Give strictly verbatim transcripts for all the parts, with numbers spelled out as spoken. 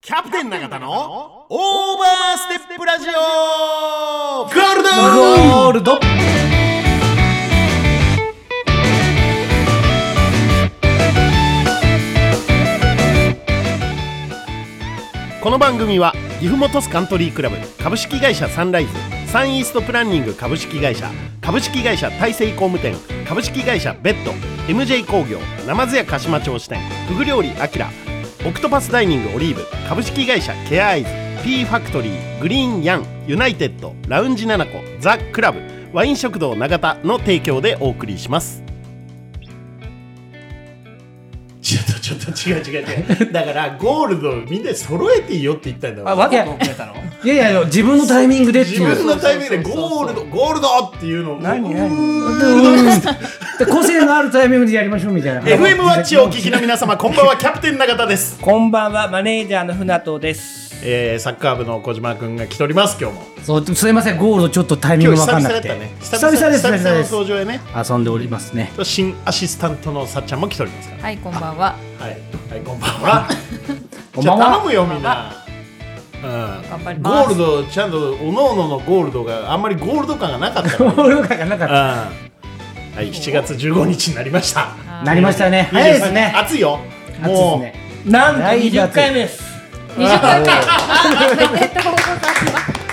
キャプテン永田のオーバーステップラジオゴールドゴールドこの番組は岐阜本スカントリークラブ株式会社サンライズ、サンイーストプランニング株式会社、株式会社大成工務店、株式会社ベッド、 エムジェイ 工業、ナマズ屋鹿島町支店、フグ料理アキラ、オクトパスダイニングオリーブ株式会社ケアアイズ、 P ファクトリー、グリーンヤン、ユナイテッド、ラウンジナナコ、ザ・クラブ、ワイン食堂永田の提供でお送りします。ちょっとちょっと違う違う違うだからゴールドみんな揃えていいよって言ったんだよ。 あ、わざと遅れたの？いやいやいや、自分のタイミングでっていう。 自分のタイミングでゴールドゴールドっていうのを何何個性のあるタイミングでやりましょうみたいな。 エフエム ワッチをお聞きの皆様、こんばんは。キャプテン永田です。 こんばんは、マネージャーの船戸です。 えー、サッカー部の小島くんが来ております。今日もそうすいません、ゴールドちょっとタイミング分かんなくて、 ね、 久々です久々の登場へね、 遊んでおりますね。 新アシスタントのさっちゃんも来ておりますから。 はい、こんばんは。 はい、はい、こんばんはこんばんは。 じゃあ頼むよみんな。うん、 頑張ります。 ゴールドちゃんとおのおののゴールドがあんまりゴールド感がなかったからゴールド感がなかった、 うん、はい、しちがつじゅうごにちになりました。 なりましたね。早いですね。 暑いよ。もう、 ね、 なんとにじゅっかいめです。 にじゅっかいめ。おめでとうございます。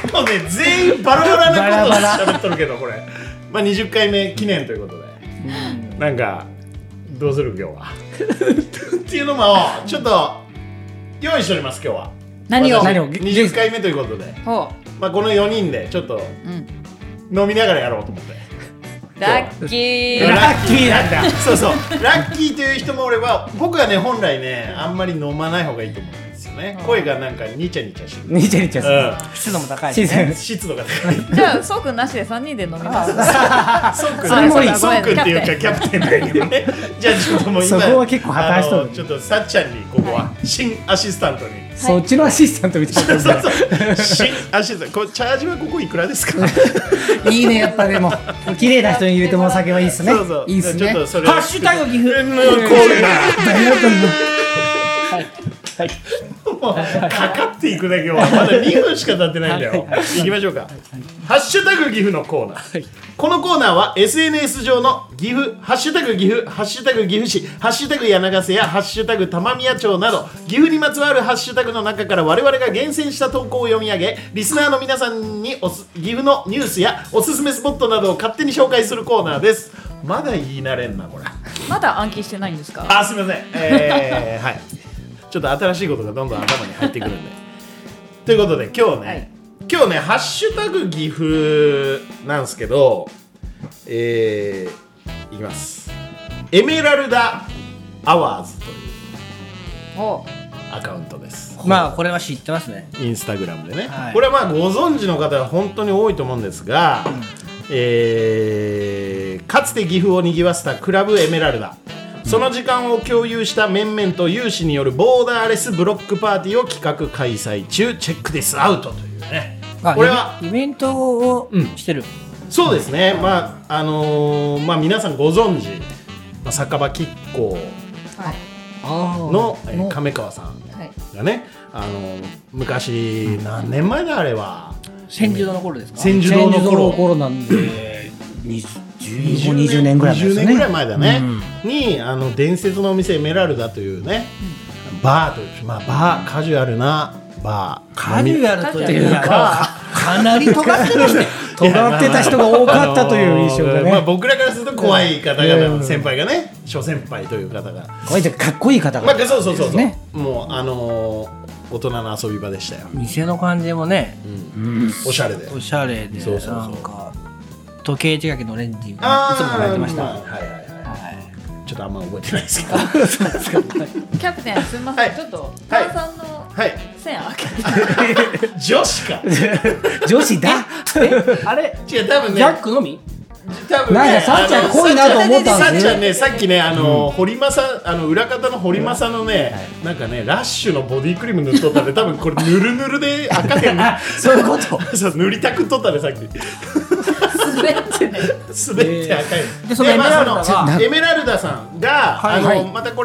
もうね、全員バラバラなことを喋っとるけどこれまあにじゅっかいめ記念ということで、うん、なんかどうする今日はっていうのもちょっと用意しております。今日は何を何をにじゅっかいめということで、 ほまあ、このよにんでちょっと飲みながらやろうと思って、 う、ラッキー。 ラッキーなんだ。 そうそう、ラッキーという人もおれば、僕はね本来ねあんまり飲まない方がいいと思うんですよね。声がなんかニチャニチャしてる、 ニチャニチャする、 うん、 湿度も高いしね。 湿度が高い。 じゃあそうくんなしでさんにんで飲みます。 そうくん、 それもいい。 そうくんっていうかキャプテンだけどね。じゃあちょっともう今そこは結構破綻しとる。 ちょっとさっちゃんにここは新アシスタントに、 そっちのアシスタントみたいな。 そうそう新アシスタント、これチャージはここいくらですか？ いいね、やっぱでも綺麗な人に入れてもらう酒はいいっすね。 そうそう、 いいっすね。 ちょっとそれハッシュタグ岐阜のコーナーはいはい、 もうかかっていくだけはまだにふんしか経ってないんだよ。行きましょうか。ハッシュタグ岐阜のコーナー。このコーナーは エスエヌエス 上の岐阜、ハッシュタグ岐阜、ハッシュタグ岐阜市、ハッシュタグ柳瀬やハッシュタグ玉宮町など岐阜にまつわるハッシュタグの中から我々が厳選した投稿を読み上げ、リスナーの皆さんにおす岐阜のニュースやおすすめスポットなどを勝手に紹介するコーナーです。まだ言い慣れんなこれ。 まだ暗記してないんですか？ あ、すみません、えー、はい、ちょっと新しいことがどんどん頭に入ってくるんでということで今日ね、はい、今日ねハッシュタグ岐阜なんですけど、えー、いきます。エメラルダアワーズというアカウントです。 まあこれは知ってますね、 インスタグラムでね、 はい、 これはまあご存知の方は本当に多いと思うんですが、うん、えー、かつて岐阜を賑わせたクラブエメラルダ、その時間を共有した面々と有志によるボーダーレスブロックパーティーを企画開催中。チェックディスアウトというね、これはイベントをしてる、 うん、そうですね。まああのー、まあ皆さんご存知、まあ、酒場亀甲の、はい、えー、亀川さんがね、はい、あのー、昔何年前だあれは千住堂の頃ですか？ 千住堂の頃、 頃なんでにじゅう、にじゅうねんぐらい前ですね。 にじゅうねんぐらい前だね、 うん、 にあの伝説のお店エメラルダというね、うん、バーという、まあ、バーカジュアルなバー、 カジュアルというかかなり尖ってましたよ。 尖ってた人が多かったという印象がね、 あのーまあ、僕らからすると怖い方々の先輩がね、うん、諸先輩という方が怖いというかかっこいい方が、 まあ、そうそうそうそう、ね、もうあのー大人の遊び場でしたよ。 店の感じもね、 うんうん、おしゃれでおしゃれで、 そうそうそう、 なんか時計仕掛けのオレンジがいつもやってました。 はいはいはい、はい、ちょっとあんま覚えてないですけどそうですか。キャプテンすみません、はい、ちょっと炭酸の線開けて、 はい、女子か女子だあれ違う、多分ね、 ジャックのみ多分ね、 なんかさっちゃん濃いなと思ったんですよ。 さっちゃんね、さっきね、あの、うん、堀正、あの裏方の堀正のね、うん、なんかね、ラッシュのボディクリーム塗っとったんで、多分これぬるぬるで赤へんそういうことそう塗りたくっとったね、さっき滑ってね滑って赤い、 でそのエメラルダはエメラルダさんが、 はいはい、 あのまたこれ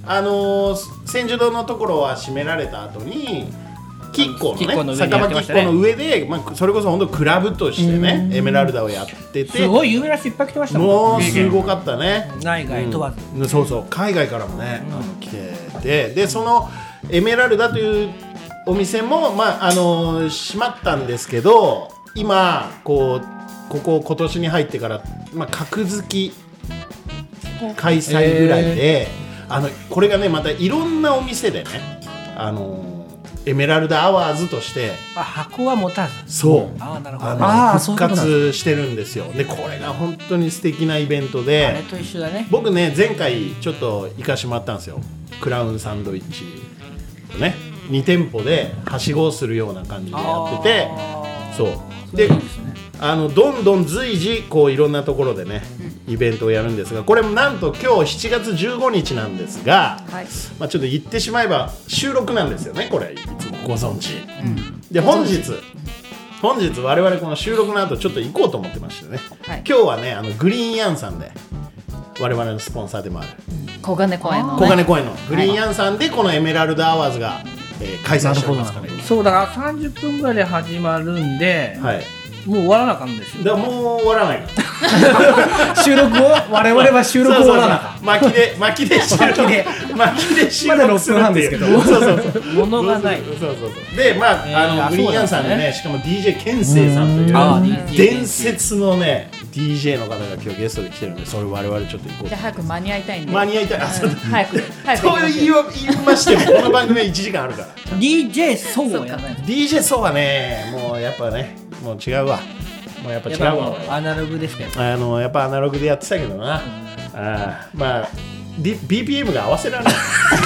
あのー、千住堂のところは閉められた後にキッコーのね酒場キッコーの上で、まあ、それこそ本当クラブとしてねエメラルダをやっててすごい有名な人いっぱい来てましたもん。 もうすごかったね。 内外問わず、 うん、そうそう海外からもね、うん、あの来ててでそのエメラルダというお店もまああのー、閉まったんですけど今こうここ今年に入ってから、まあ、格付き開催ぐらいで、えー、あのこれがねまたいろんなお店でねあのーエメラルダアワーズとしてあ箱は持たずそうあなるほどあの復活してるんですよ。でこれが本当に素敵なイベントであれと一緒だね。 僕ね前回ちょっと行かしてもらったんですよ。クラウンサンドイッチとねに店舗ではしごをするような感じでやっててそうであのどんどん随時こういろんなところでねイベントをやるんですがこれもなんと今日しちがつじゅうごにちなんですが、はいまあ、ちょっと言ってしまえば収録なんですよねこれいつもご存知、うん、で本日本日我々この収録の後ちょっと行こうと思ってましてね、はい、今日はねあのグリーンヤンさんで我々のスポンサーでもある小金公園の、ね、 小金公園のグリーンヤンさんでこのエメラルダアワーズが、えー、開催しておりますからね。 そうだからさんじゅっぷんぐらいで始まるんで、はいもう終わらなあかんですよ。 だからもう終わらないから収録を我々は収録終わらなあかん。 巻きで巻きで収録巻きで収まだろっぷんはんですけど。 そうそうそう。物がない。 そうそうそうでまあ、えー、あのグリーンヤンさんでねしかも ディージェー ケンセイさんという伝説のね ディージェー の方が今日ゲストで来てるんでそれ我々ちょっと行こう。 じゃあ早く間に合いたいんで。 間に合いたい。あそう早く早く。 そう言いましてもこの番組はいちじかんあるから。 ディージェー ソーはやばい。 ディージェー ソーはねもうやっぱねもう違うわ。もうやっぱ違うわ。 アナログですね。 あのやっぱアナログでやってたけどな。うん、あまあ、D、ビーピーエム が合わせられない。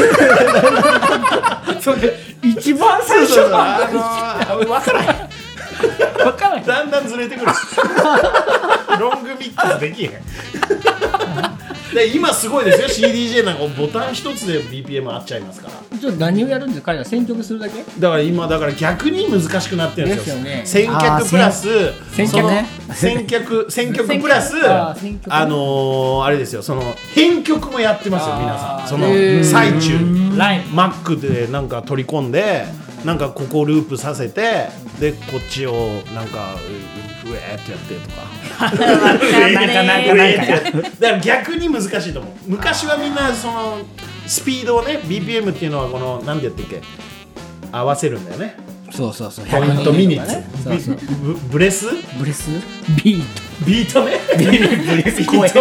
それ一番最初あのー、分からない。 分からない。 だんだんずれてくる。ロングミックスできへん。で今すごいですよ シーディージェー なんかボタン一つで ビーピーエム 合っちゃいますからじゃあ何をやるんですか彼ら選曲するだけだから今だから逆に難しくなってるんですよですよね選曲プラス選曲ね選曲選曲プラスあ, あのー、あれですよその編曲もやってますよ皆さんその最中ライブ Mac でなんか取り込んでなんかここループさせてでこっちをなんかうえーってやってとかなんかなんかなんかだから逆に難しいと思う昔はみんなそのスピードをね ビーピーエム っていうのはこの何でやってっけ合わせるんだよねそうそうそうポイントミニッツ、 ね、そうそうブ, ブレスブレスビートビートねブレス声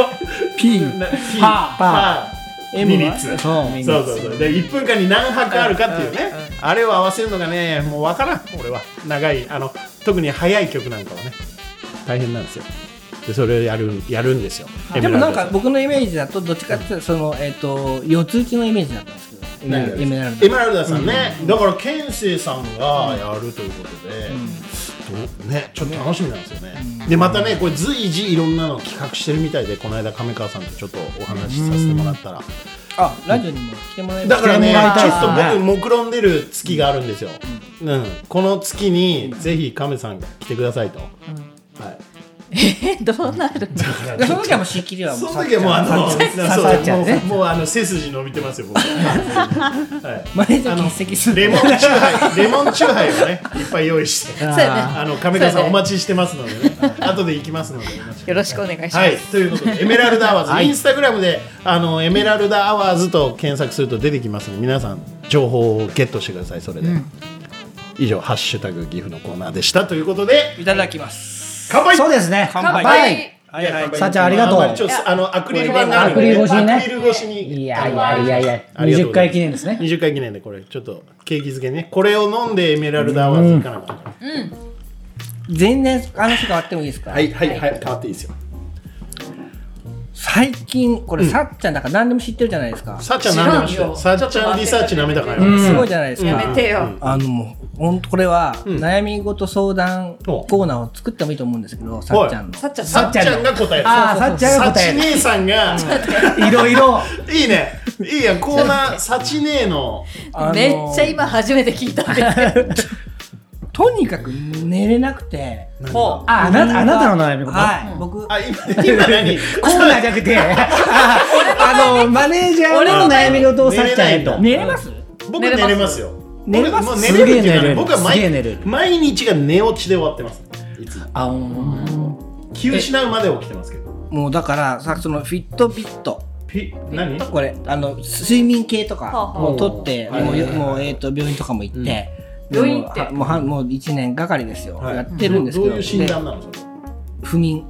P パーパーミニッツそうそうそうそうでいっぷんかんに何拍あるかっていうねあれを合わせるのがねもう分からん俺は長いあの特に速い曲なんかはね大変なんですよでそれをやるやるんですよでもなんか僕のイメージだとどっちかっていうとそのえっと四つ打ちのイメージだったんですけどエメラルダエメラルダさんね、うん、だからケンセイさんがやるということで、うん、ねちょっと楽しみなんですよね、うん、でまたねこれ随時いろんなの企画してるみたいでこの間亀川さんとちょっとお話しさせてもらったら、うんあ、ラジオにも来てもらえばだからね、ちょっと僕目論んでる月があるんですよ、うんうん、この月にぜひ亀さんが来てくださいと、うんはいえー、どうなるんだその時はもう仕切りはもうその時はもうあのそうもうあの背筋伸びてますよ僕はマネージャー欠席するレモンチューハイレモンチューハイをねいっぱい用意してあの亀川さんお待ちしてますのでね後で行きますのでよろしくお願いします、 はい、ということでエメラルダアワーズ、はい、インスタグラムであのエメラルダアワーズと検索すると出てきますので皆さん情報をゲットしてくださいそれで、うん、以上ハッシュタグ岐阜のコーナーでしたということでいただきます乾杯そうですね乾杯はいはいさっちゃんありがとうちょっとあのアクリル板があるアクリル越しにねアクリル越しにいやいやいやいやにじゅっかい記念ですねにじゅっかい記念でこれちょっとケーキ漬けねこれを飲んでエメラルダアワーズいかなかったうん全然話変わってもいいですかはいはいはい変わっていいですよ最近これ、うん、さっちゃんだから何でも知ってるじゃないですかさっちゃん何でも知ってるさっちゃんリサーチなめたからよすごいじゃないですかやめてよあのもう本当これは、うん、悩み事相談コーナーを作ってもいいと思うんですけどさっちゃんのさっちゃんが答えるあさっちゃんが答えるさち姉さんがいろいろいいねいいやコーナーさち姉のめっちゃ今初めて聞いたんでとにかく寝れなくて。 ほあ、あなた、あなたの悩み事。 はい、僕。 あ、今、今何コーナーじゃなくて、あの、マネージャーの悩み事をさっちゃえと。 寝れます？ 僕寝れますよ。 寝れます。 もう寝れるっていうかね、僕は毎毎日が寝落ちで終わってます。いつも。 あ、 気失うまで起きてますけど。 もうだからさ、そのフィットビット。 ピ何これあの睡眠計とかを取ってもうもうえっと病院とかも行って、 病院行ってもうはもう一年がかりですよ、やってるんですけど。 どういう診断なの？ 不眠。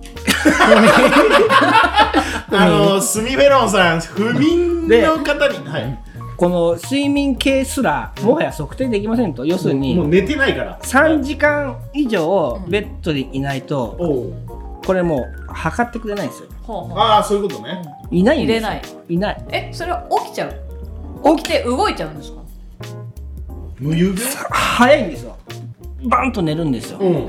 あのスミフェロンさん、不眠の方に、はい、 この睡眠計すらもはや測定できませんと。要するにもう寝てないからさんじかん以上ベッドにいないと、これもう測ってくれないんですよ。 ああ、そういうことね。 いないんです。 入れない。 いない。 え、それは起きちゃう。起きて動いちゃうんですか。 無遊病？ 早いんですよ。バンと寝るんですよ。 うん。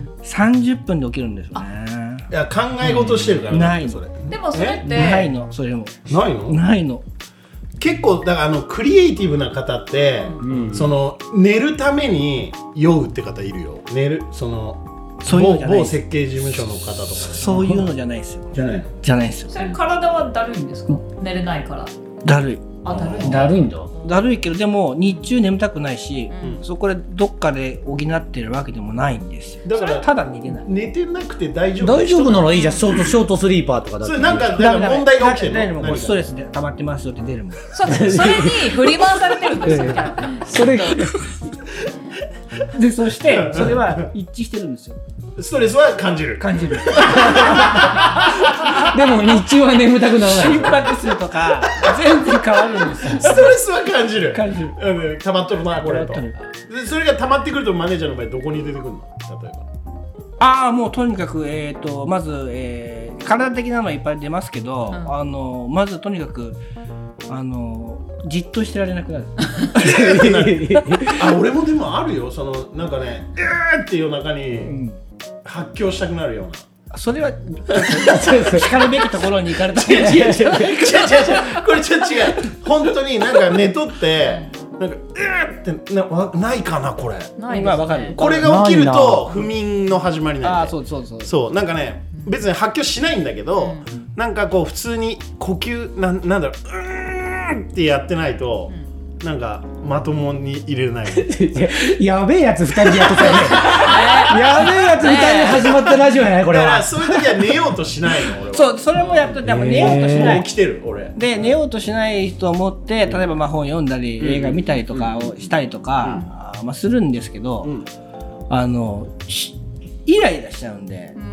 さんじゅっぷんで起きるんですよね。 いや、考え事してるから。 ないそれ。 でもそれってないの。それもないの？ ないの。 結構だからあのクリエイティブな方って、その寝るために酔うって方いるよ。寝るその。 そういうのじゃない某設計事務所の方とか、 そういうのじゃないですよ。 じゃないの？ じゃないですよ。 それ体はだるいんですか？寝れないから。 だるい。 あ、だるい。 だるいんだ。 だるいけど、でも日中眠たくないし、 うん、 そこでどっかで補ってるわけでもないんですよ。 だからただ寝てない。 寝てなくて大丈夫。 大丈夫ならいいじゃん。ショートショートスリーパーとかだって。 それなんかだから問題が起きてるの？ もストレスで溜まってますよって出るもん。 そ, それに振り回されてるんですよ。 それで、そしてそれは一致してるんですよ。 ストレスは感じる。 感じる。 でも日中は眠たくならない。 心拍数とか全然変わるんですよ。 ストレスは感じる。 感じる。 うん、溜まっとるなこれと。で、それが溜まってくるとマネージャーの場合どこに出てくるの？例えば。 ああ、もうとにかくえっとまず、えー、体的なのはいっぱい出ますけど、うん、あのまずとにかくあのじっとしてられなくなる。 あ、俺もでもあるよ。そのなんかね、えーって夜中に。うん、発狂したくなるような。 それはしかるべきところに行かれた。違う違う違う違う違う違う。 これちょっと違う。本当になんか寝とってなんかえーって な, ないかなこれ。 ない今わかる。 これが起きると不眠の始まりなんで。 ああ、そうそうそう。 そうなんかね、別に発狂しないんだけど、うん、なんかこう普通に呼吸ななんだろう、うーんってやってないと。うん、なんかまともに入れない。 やべえやつふたりでやってたよね。やべえやつふたりで始まったラジオやねこれは。 だからそういう時は寝ようとしないの俺は。 そう、それもやっとでも寝ようとしない。 起きてる俺。で寝ようとしない人を思って例えばまあ本読んだり、うん、映画見たりとかをしたりとか、うん、まあするんですけど、うん、あのイライラしちゃうんで。 うん、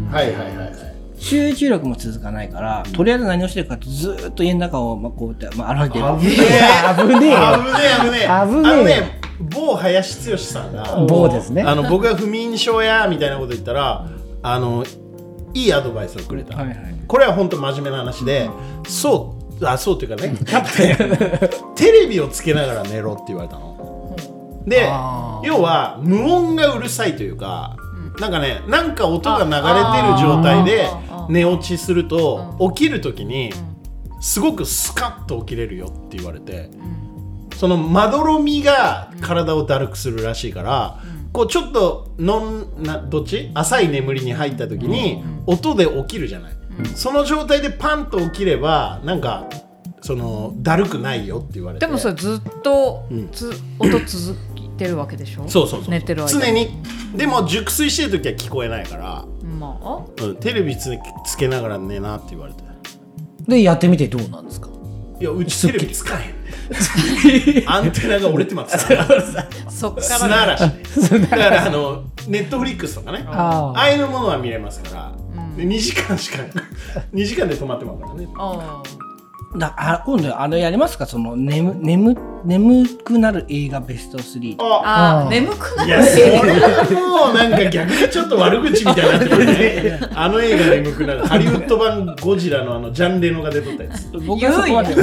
はいはいはいはい。 集中力も続かないから、とりあえず何をしてるかってずーっと家の中をまあこうやってまあ歩いてる。 危ねえ危ねえ危ねえ危ねえ危ねえ。あのね、 某林剛さんが某ですね。 あの僕が不眠症やみたいなこと言ったら、あのいいアドバイスをくれた。はいはい、これは本当真面目な話で、そうあそうっていうかね、キャプテンテレビをつけながら寝ろって言われたの。で、要は無音がうるさいというか。なんかね、なんか音が流れてる状態で寝落ちすると起きるときにすごくスカッと起きれるよって言われて、そのまどろみが体をだるくするらしいから、こうちょっとのんなどっち浅い眠りに入ったときに音で起きるじゃない。その状態でパンと起きればなんかそのだるくないよって言われて。 でもそれずっとつ、うん、音続てるわけでしょ。 そうそうそう。 寝てる間常に。でも熟睡してるときは聞こえないから。 まあ、 うん、テレビつ, つけながら寝なって言われて。 でやってみてどうなんですか。 いやうちテレビ使えへん。アンテナが折れてます。 そっから砂嵐。だからあのネットフリックスとかね、ああいうものは見れますから。うん、でにじかんしかにじかんで止まってますからね。あだあ今度あれやりますか、その眠眠眠くなる映画ベストスリー。 ああ眠くなる。 いやそれはもうなんか逆にちょっと悪口みたいになってくるね。あの映画眠くなる。ハリウッド版ゴジラのあのジャンレノが出とったやつ。 僕はそこまで。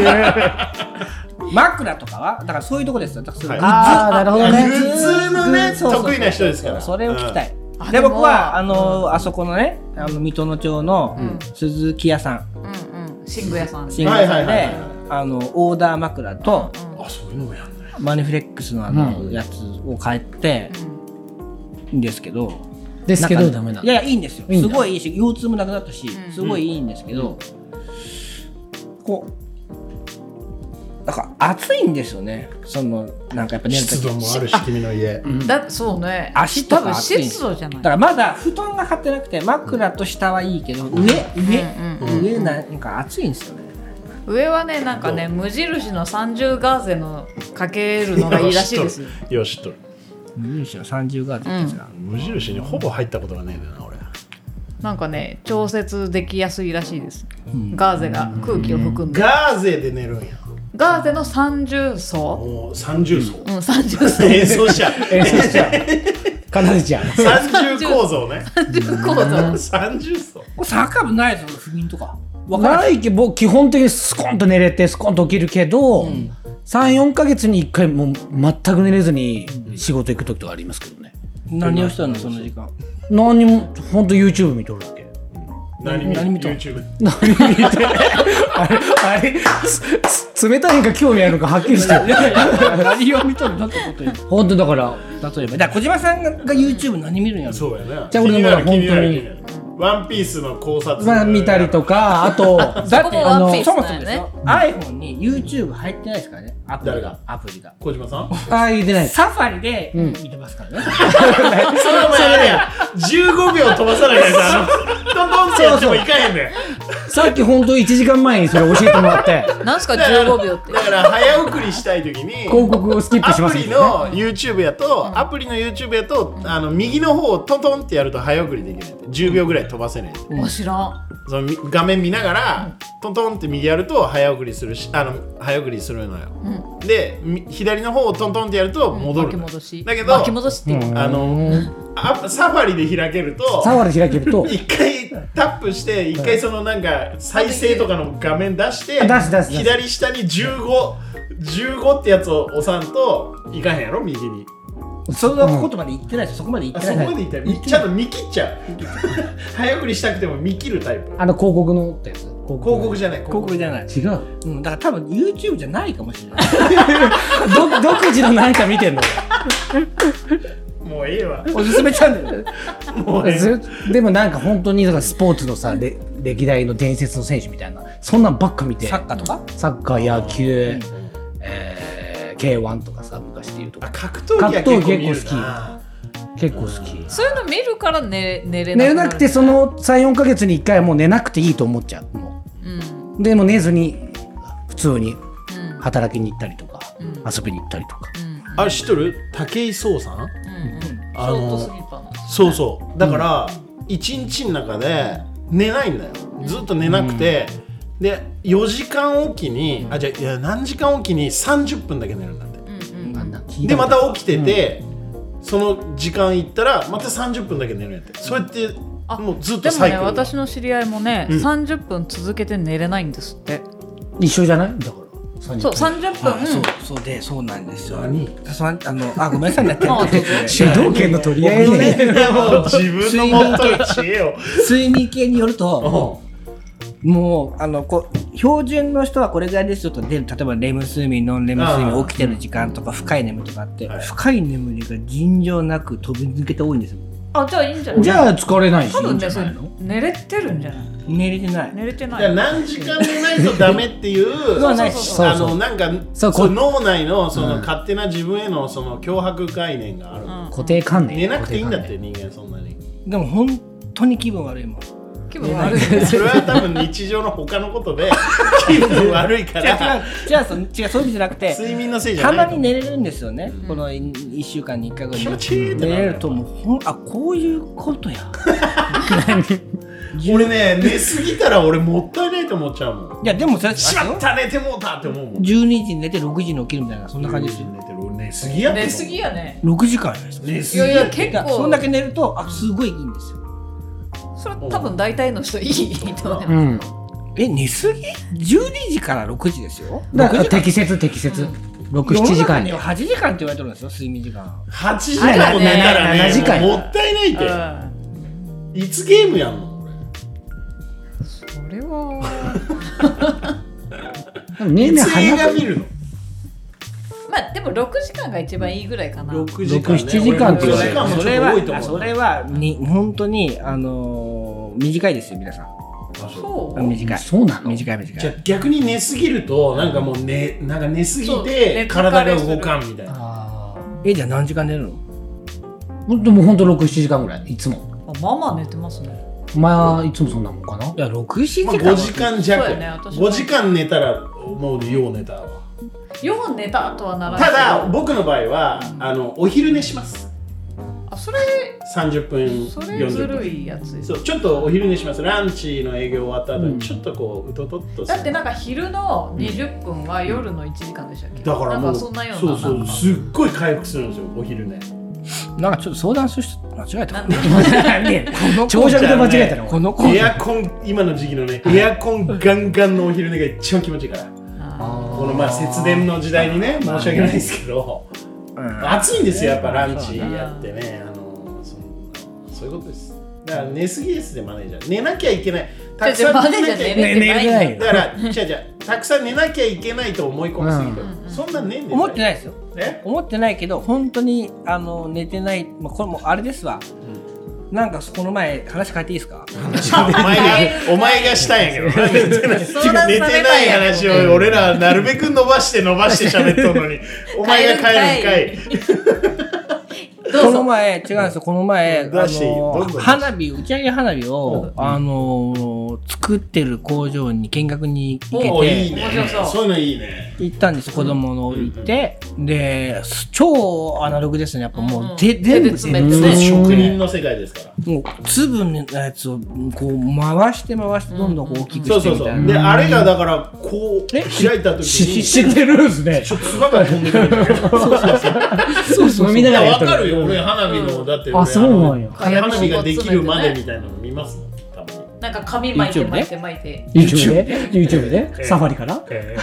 枕とかはだからそういうとこですよ。だからはい、ああなるほどね。 普通のね得意な人ですから。 それを聞きたい。うん、で僕はあの、うん、あそこのねあの水戸の町の鈴木屋さん。うん寝具屋さん寝具屋さんであのオーダー枕と、 うん、あそういうのもやんないマネフレックスのあの、うん、やつを買って、 んですけどですけどダメなの。 いやいやいいんですよ。 いいんだすごいいいし腰痛もなくなったし、 うんすごいいいんですけど、こうなんか暑いんですよね。そのなんかやっぱ寝る時湿度もあるし君の家だそうね足と多分か暑いんです湿度じゃないだからまだ布団が張ってなくて枕と下はいいけど、上上、 うん上なんか暑いんですよね。 上はねなんかね無印のさんじゅうガーゼのかけるのがいいらしいですよ。 よしとる無印のさんじゅうガーゼってやつが、 無印にほぼ入ったことがねえんだよな俺。 なんかね調節できやすいらしいです、ガーゼが空気を含んで、 ガーゼで寝るんや。 ガーゼのさんじゅう層、 もうさんじゅう層うんさんじゅう層演奏者演奏しちゃう。かなでちゃん。 さんじゅう構造ね。 さんじゅう構造さんじゅう層。 これ坂部ないですよ不眠とかわからなないいけど基本的にスコンと寝れてスコンと起きるけど、さん、よんかげつにいっかいもう全く寝れずに仕事行く時とかありますけどね。 何をしたのその時間。 何にも本当 YouTube 見とるだけ。 何見何見た YouTube 何見てあれあれつつ冷たいんか興味あるのかはっきりしてる。 何を見とるのってことよ。 本当だから例えばだから小島さんが YouTube 何見るんやろ。 そうやな。 じゃあ俺も本当に気になる気になるワンピースの考察まあ見たりとかあとだってそこもあのワンピースそもそだよねもですよ iPhone に YouTube 入ってないですからね。アプリ誰がアプリが小島さんああ言ってないです。 サファリで見てますからね。 それお前あれやじゅうごびょう飛ばさなきゃさあのトントンってやってもいかへんねん。 さっき本当いちじかんまえにそれ教えてもらってなんすかじゅうごびょうってだから早送りしたいときに広告をスキップしますみたいなアプリの YouTube やと、アプリの YouTube やとあの右の方をトントンってやると早送りできる。じゅうびょうぐらい飛ばせない。 面白んそのみ画面見ながら、トントンって右やると早送りするし、あの早送りするのよ。でみ左の方をトントンってやると戻るの。 巻き戻しだけど巻き戻しっていうあのあサファリで開けると。 サワーで開けると一回タップして一回そのなんか再生とかの画面出して出す出す出す左下にじゅうご、じゅうごってやつを押さんといかへんやろ右に。 そのことまで言ってないです。そこまで言っあてない。 そこまでいったらちゃんと見切っちゃう。早送りしたくても見切るタイプ。 あの広告のってやつ広広告じゃない広告じゃない。 違ううん、だから多分 YouTube じゃないかもしれない。 ど独自の何か見てんのもうええわ。 おすすめチャンネル。 もうええずでもなんか本当にだからスポーツのされ歴代の伝説の選手みたいなそんなんばっか見てサッカーとかサッカー野球、えー、ケーワン とかさ昔で言うとあ格闘技は結構見るな。 結構好きそういうの見るから寝寝れなくなる寝れなくてそのさん、よんかげつにいっかいはもう寝なくていいと思っちゃうもうんうでも寝ずに普通にうん働きに行ったりとか、 うん遊びに行ったりとか、 うんあれ知っとる武井壮さん。 うんうんあのショートスリーパーなんですねそうそうだから一日の中で寝ないんだよ。ずっと寝なくて、でよじかんおきにあじゃあいや何時間おきにさんじゅっぷんだけ寝るんだって。 うんうんあんな聞いでまことた起きてて、その時間いったらまたさんじゅっぷんだけ寝るんやって。そうやってあもうずっでもねとサイクル。 私の知り合いもね、 うんさんじゅっぷん続けて寝れないんですって。 一緒じゃないだからそうさんじゅっぷん、 あそうそうでそうなんですよ。 何そのあのあごめんなさいね。 あどうぞ主導権の取り合いねもう自分の持っとる知恵を。 睡眠系によるともうあのこう標準の人はこれぐらいですよと出る例えばレム睡眠ノンレム睡ああ眠起きてる時間とか深い眠りとかあって、 はい深い眠りが尋常なく飛び抜けて多いんですよ。 あじゃあいいんじゃないじゃあ疲れないしいいんじ多分ねゃないの寝れてるんじゃない寝れてない。 寝れてないじゃあ何時間寝ないとダメっていうはないそうそうそうあのなんかそうこそう脳内のその勝手な自分へのその脅迫概念がある。 うん固定観念寝なくていいんだって人間そんなに。 でも本当に気分悪いもん。 気分悪いそれは多分日常の他のことで気分悪いか違うら違う違うそう違うそういう意味じゃなくて睡眠のせいじゃない。 たまに寝れるんですよね、このいっしゅうかんにいっかいぐらい気持ちいいってなる寝れるともうほんあこういうことや。 俺ね寝すぎたら俺もったいないと思っちゃうもん。 いやでもそれしまった寝てもうたって思うもん。 じゅうにじに寝てろくじに起きるみたいなそんな感じですよ。 寝てる俺寝すぎやって寝すぎやねろくじかんやです寝すいやいやぎやって結構そんだけ寝るとあすごいいいんですよ。 それは多分大体の人いいと思う、 うんえ寝すぎじゅうにじからろくじですよ。 だからろくじかん適切適切ろく、 世ななじかんにの中にははちじかんって言われてるんですよ睡眠時間。 はちじかんも寝たらねななじかんもったいないって。いつゲームやんの俺。 それはでもねいつ映早くまあでもろくじかんが一番いいぐらいかな。 ろくじかん、ね、 ろく、しちじかんってろくじかんもちょっと多いと思う。 それはに本当にあのー、短いですよ皆さん。 そう短い。 そうなの？ 短い短い。 じゃあ逆に寝すぎるとなんかもう寝なんか寝すぎて体が動かんみたいな。 えじゃあ何時間寝るの？ でもほんとろく、しちじかんぐらいいつも。 あまあまあ寝てますね。 まあいつもそんなもんかな。 いやろく、しちじかん、 まあ、ごじかん弱、 そうやね私もごじかん寝たらもうよう寝たわ。 よん寝たとはならないただ僕の場合は、うん、あのお昼寝します。 あそれさんじゅっぷんそれずるいやつです。 そうちょっとお昼寝します。ランチの営業終わった後にちょっとこううととっとする。 だってなんか昼のにじゅっぷんは夜のいちじかんでしたっけ？ だからもうなんかそんなような。 そうそうすっごい回復するんですよお昼寝。 なんかちょっと相談する人間違えた。 なんで朝食で間違えたの？ このエアコン今の時期のねエアコンガンガンのお昼寝が一番気持ちいいから。このまあ節電の時代にね申し訳ないですけど、うん、暑いんですよやっぱランチやってね、あの そ, そういうことです。だから寝すぎですねマネージャー。寝なきゃいけない。たくさん寝なきゃいけない。だからじゃじゃたくさん寝なきゃいけないと思い込みすぎる、うん、そんな寝んで思ってないですよ。思ってないけど本当にあの寝てない、まあ、これもあれですわ。なんかこの前話変えていいですか？ お前がお前がしたんやけど寝てない話を俺らなるべく伸ばして伸ばして喋っとるのにお前が変えるんかい。 この前違うんですよ。この前あの花火打ち上げ花火を、うん、あの作ってる工場に見学に行けて、 いいね、そういうのいいね。 行ったんです子供の行って、うん、で超アナログですねやっぱもうで、うん、全部詰めてね職人の世界ですから。 もう粒のやつをこう回して回してどんどんこう大きくしてみたいな、うん、そうそうそうであれがだからこう開いた時に知ってるんですね。 ちょっと唾が飛んでくるんだけどそうそうそうそう飲みながらやってる。わかるよ俺花火の、うん、だって俺あそうなんや花火ができるまでみたいなの見ますもん。 なんか紙巻いて巻いて巻いて YouTube で YouTube でサファリから、え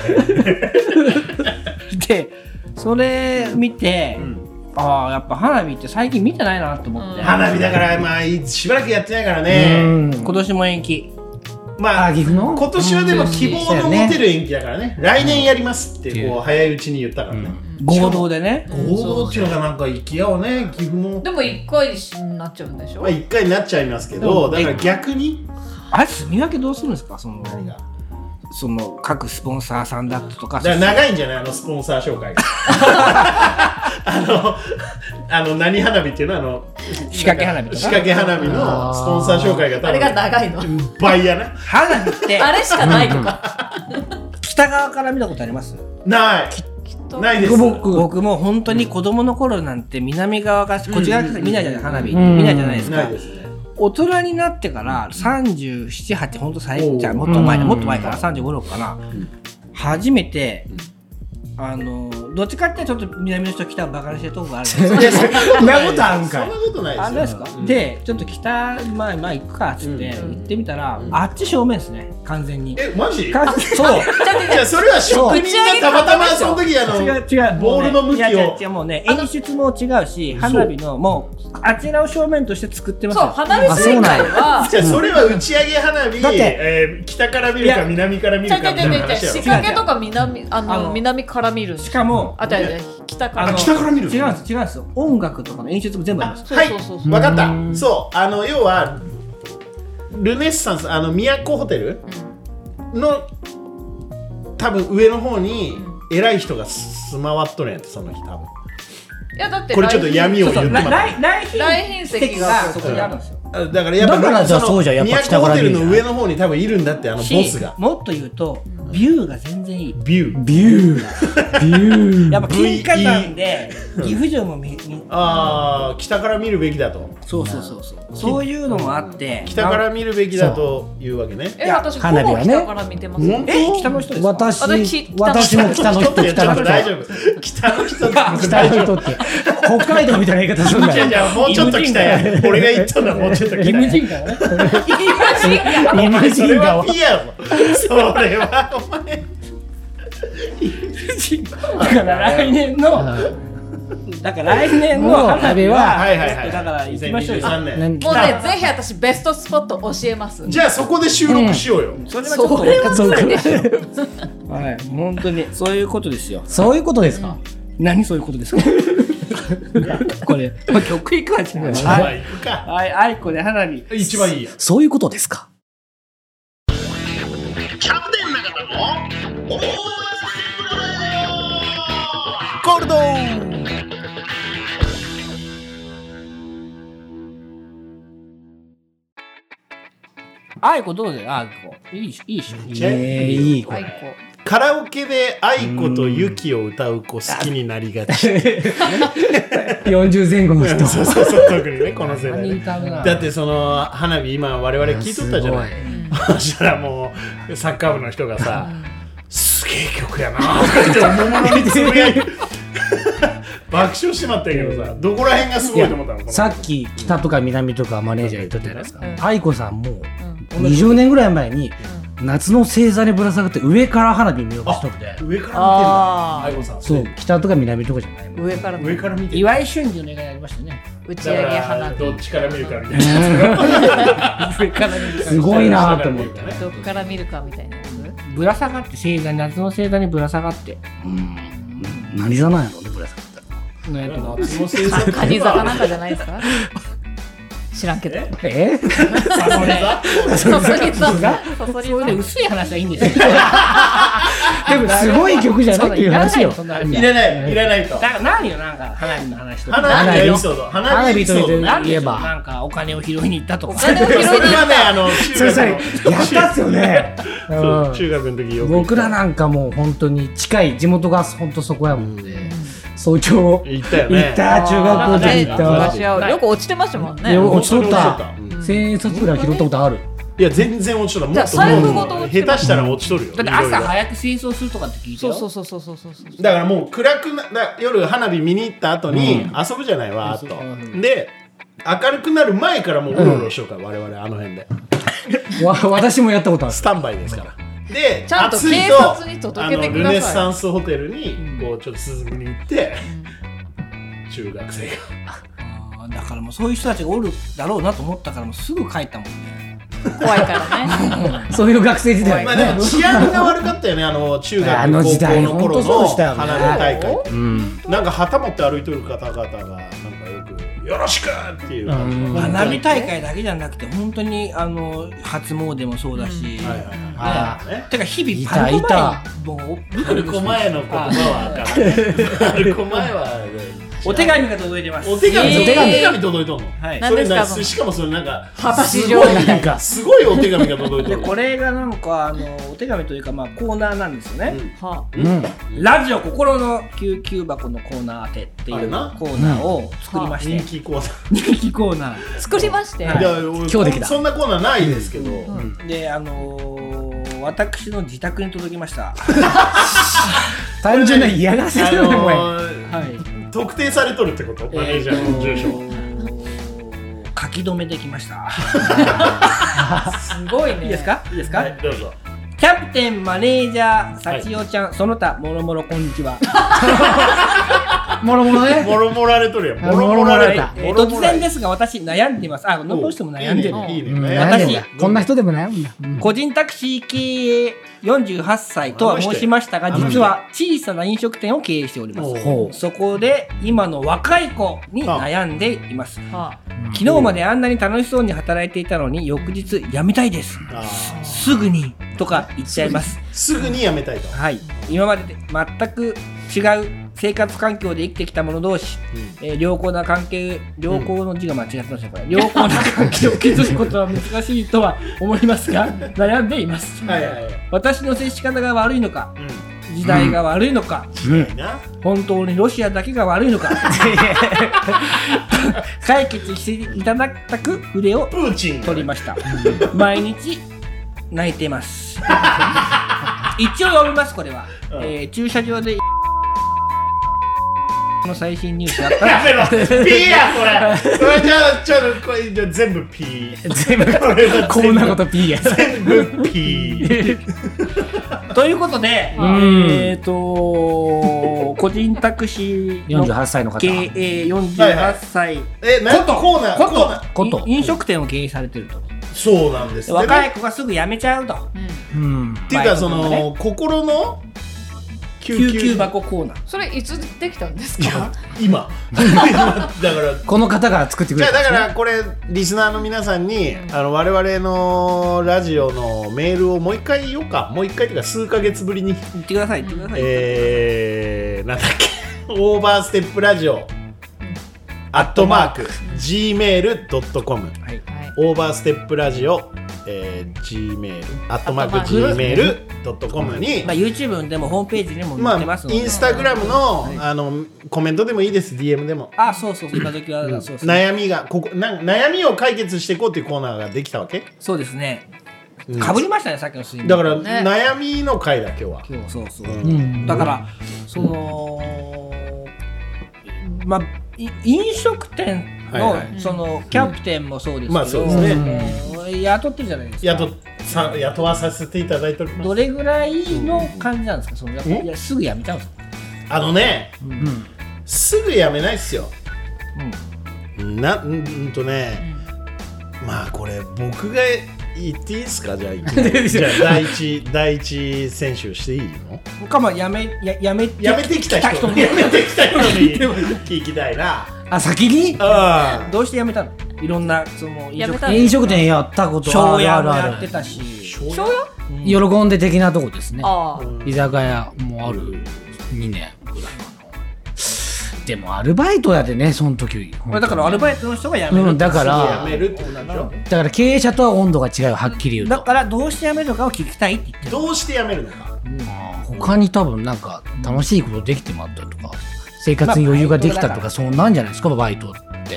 ー、でそれ見て、うん、ああやっぱ花火って最近見てないなと思って、うん、 花火だからまあしばらくやってないからね、うん、 今年も延期。 まあ岐阜の今年はでも希望の持てる延期だからね、うん、来年やりますってこう早いうちに言ったからね、 うん、合同でね合同っていうのがなんか行き合うね岐阜も。 でもいっかいになっちゃうんでしょ。 まあいっかいになっちゃいますけど、だから逆にあれ住み分けどうするんですか？その何がその各スポンサーさんだとか。 だから長いんじゃないあのスポンサー紹介があのあの何花火っていうのはあの仕掛け花火とか仕掛け花火のスポンサー紹介が多分あれが長いの倍やな。 花火ってあれしかないとか北側から見たことあります？ ないないです。 僕, 僕も本当に子供の頃なんて南側がこっち側から見ないじゃない、花火見ないじゃないですか。 ないですね。 大人になってからさんじゅうなな、はち本当最近じゃもっと前だもっと前からさんじゅうご、ろくかな、うん、初めて、うん、あのどっちかってちょっと南の人北をバカにしてるとこがあるんですよ。 そんなことあるんかい。 そんなことないですよ。 あれですか、うん、でちょっと北まあまあ行くかっつって、うん、行ってみたら、うん、あっち正面ですね完全に。 えマジ？ そう。 いやそれは職人がたまたまその時あの違う違うボールの向きを。 いや違うもうね演出も違うし花火のもうあちらを正面として作ってますよ。 そう花火正解は。 じゃあそれは打ち上げ花火、えー、北から見るか南から見るかみたいな話やろ。 仕掛けとか南あのあの南から見る。 しかもあたりで北から。 北から見る。 違うんです違うんですよ。音楽とかの演出も全部あります。 はい分かった。そうあの要はルネッサンスあの都ホテルの多分上の方に偉い人が住まわっとるんやってその日多分。 いやだってこれちょっと闇を言ってます。 来賓席がそこにあるんですよ。 だからやっぱだからじゃあそうじゃんやっぱ北から見る。 都ホテルの上の方に多分いるんだってあのボスが。 もっと言うとビューが全然いい。 ビュービュービューやっぱ金華山で岐阜城も見ああ北から見るべきだと。 そうそうそうそうそういうのもあって北から見るべきだというわけね。 え私ほぼ北から見てます。 え北の人ですか？ 私私も北の人北の人大丈夫。北の人北の人って北海道みたいな言い方するんだよ。 じゃあもうちょっと北や。俺が言ったのはもうちょっと北。 リムジン川ね。 リムジン川。 それはピアも。それはお前。 だから来年のだから来年の花火ははいはいはいだから行きましょうよ。 もうねぜひ私ベストスポット教えます。 じゃあそこで収録しようよ。 それはちょっとそうでしょ。 はい本当にそういうことですよ。 そういうことですか。 何そういうことですかこれ曲いくわじゃない。 まあ行くか。 はい、あいこで花火一番いいや。 そういうことですか。 キャプテン中田のオーゴールド。 あいこどうだよ、あいこ。いいし、いいし。 えー、いい子。 カラオケで愛子とユキを歌う子好きになりがち。 よんじゅうぜん後の人。 そうそうそう、特にね、この世代、ね。 だだってその花火今我々聞いとったじゃない。そしたらもうサッカー部の人がさ、すげえ曲やなーって思うものにつぶやいて爆笑してまったけどさ、どこら辺がすごいと思ったの？ さっき北とか南とかマネージャー言っとったじゃないですか。愛子さんもにじゅうねんぐらい前に夏の星座にぶら下がって上から花火見ようとしとって。 上から見てるんだ。愛子さん。 そう、北とか南とかじゃない。 上から上から見てる。 岩井俊二の願いありましたね。 打ち上げ花火。 どっちから見るかみたいな。 上から見るか。 すごいなと思って。 どっから見るかみたいなやつ。 ぶら下がって星座、夏の星座にぶら下がって。 うん。何座なんやろね、ぶら下がったら。 なんやけど。 夏の星座。 カニ座なんかじゃないですか。知らんけど。 え？ サソリ座？ サソリ座？サソリ座？ それで薄い話はいいんですよ。 でもすごい曲じゃないっていう話よ。 いらない、いらないと。 だから何よ、なんか花火の話とか。 花火エピソード。 花火と言えばなんかお金を拾いに行ったとか。 お金を拾いに行った。 それはね、あの中学やったっすよね。 中学の時よく。 僕らなんかもう本当に近い地元が本当そこやもんで。早朝行ったよね。 行った中学校で行った。 よく落ちてましたもんね。 落ちとった。千円札ぐらい拾ったことある。 いや全然落ちとる。 じゃあ財布ごと落ちてる。 下手したら落ちとるよ。 だって朝早く清掃するとかって聞いてよ。 そうそうそうそうそうそう。 だからもう暗くな夜花火見に行った後に遊ぶじゃないわーっと。で明るくなる前からもううろうろしようから我々あの辺で。 わ私もやったことある。 スタンバイですから。でちゃんと警察に届けてください。 ルネッサンスホテルにこうちょっと涼みに行って中学生が。 だからもうそういう人たちがおるだろうなと思ったからもうすぐ帰ったもんね。 怖いからね。 そういう学生時代。 まあでも治安が悪かったよね、あの中学高校の頃の花火大会って。なんか旗持って歩いてる方々がなんかよくよろしくっていう感じ。 花火大会だけじゃなくて本当にあの初詣もそうだし。てか日々パルコ前パルコ前の言葉は分からない。パルコ前は。 お手紙が届いてます。 お手紙、お手紙届いとんの。 はい。 それなしかもそれなんか果たし状みたいな。 すごいお手紙が届いてる。 これがなんかあのお手紙というかまあコーナーなんですよね。 は。 ラジオ心の救急箱のコーナー当てっていうコーナーを作りまして。 人気コーナー。 人気コーナー。 作りまして。 今日できた。 そんなコーナーないですけど。 であの私の自宅に届きました。 単純な嫌がらせだよねこれ。 はい。 特定されとるってこと？マネージャーの住所。 書き留めできました。 すごいね。 いいですか？いいですか？ どうぞ。 キャプテンマネージャー幸代ちゃん、その他もろもろこんにちは。 もろもろね。 もろもられとるやん。 もろもられた。 突然ですが私悩んでいます。あ、どうしても悩んでる。 いいね。 私こんな人でも悩むんだ。 個人タクシー経営よんじゅうはっさいとは申しましたが、実は小さな飲食店を経営しております。そこで今の若い子に悩んでいます。昨日まであんなに楽しそうに働いていたのに翌日辞めたいです。すぐにとか言っちゃいます。 すぐに辞めたいと。 はい。今までで全く違う生活環境で生きてきた者同士、うんえー、良好な関係良好の字が間違ってますねこれ良好な関係を築くことは難しいとは思いますが悩んでいます。はいはいはい、私の接し方が悪いのか、うん、時代が悪いのか、うん、本当にロシアだけが悪いのか解決していただく筆を取りました。毎日泣いてます一応読みますこれは、うんえー、駐車場での最新ニュースだったらやめろピーやこれこれじゃあちょっとこれじゃ全部ピー全部こんなことピーや全部ピーということでえっと個人タクシーよんじゅうはっさいの方経営よんじゅうはっさいえなんとコーナーコト飲食店を経営されてるとそうなんです若い子がすぐ辞めちゃうとっていうかその心の救急箱コーナー。 それいつできたんですか？ 今だからこの方が作ってくれたんですね。 じゃあだからこれリスナーの皆さんに、うん、あの我々のラジオのメールをもう一回言おうか。もう一回というか数ヶ月ぶりに言ってください言ってください。 えー、なんだっけオーバーステップラジオアットマーク ジーメールドットコム はい、オーバーステップラジオ、えー、Gmail アットマーク ジーメールドットコム に、 まあ、YouTube でもホームページにも載ってますので、 まあ、インスタグラムの、はい、あのコメントでもいいです。 ディーエム でも。 あ、そうそう今時は、うん、そうそう悩みがここな悩みを解決していこうっていうコーナーができたわけ。 そうですね。かぶりましたね、さっきの睡眠だから、ね、悩みの回だ今日は。 今日そうそう、うん、だからそのまあ飲食店の、はいはい、そのキャプテンもそうですけど、うんまあそうですね、雇ってるじゃないですか。 雇さ雇わさせていただいております。 どれぐらいの感じなんですか、そのやっぱいやすぐ辞めちゃうんですか。 あのね、うん、すぐ辞めないっすよ、うん、なうんとね、うん、まあこれ僕が言っていいですか。じゃあじゃあ第一第一選手していいのか。まあやめややめやめてきた人やめてきた人に聞きたいな。 あ、先にあどうしてやめたの。いろんんなその飲食店飲食店やったこと庄屋もやってたし、 庄屋、 喜んで的なとこですね。居酒屋もあるにねんぐらいかな。でもアルバイトやでね、その時だからアルバイトの人が辞める、 うん、だから辞めるってことなんでしょ。 だから経営者とは温度が違う、はっきり言うと。 だからどうして辞めるのかを聞きたいって言ってる。 どうして辞めるのか、 うん、他に多分なんか楽しいことできてもらったとか、生活に余裕ができたとか、そうなんじゃないですか、バイトって、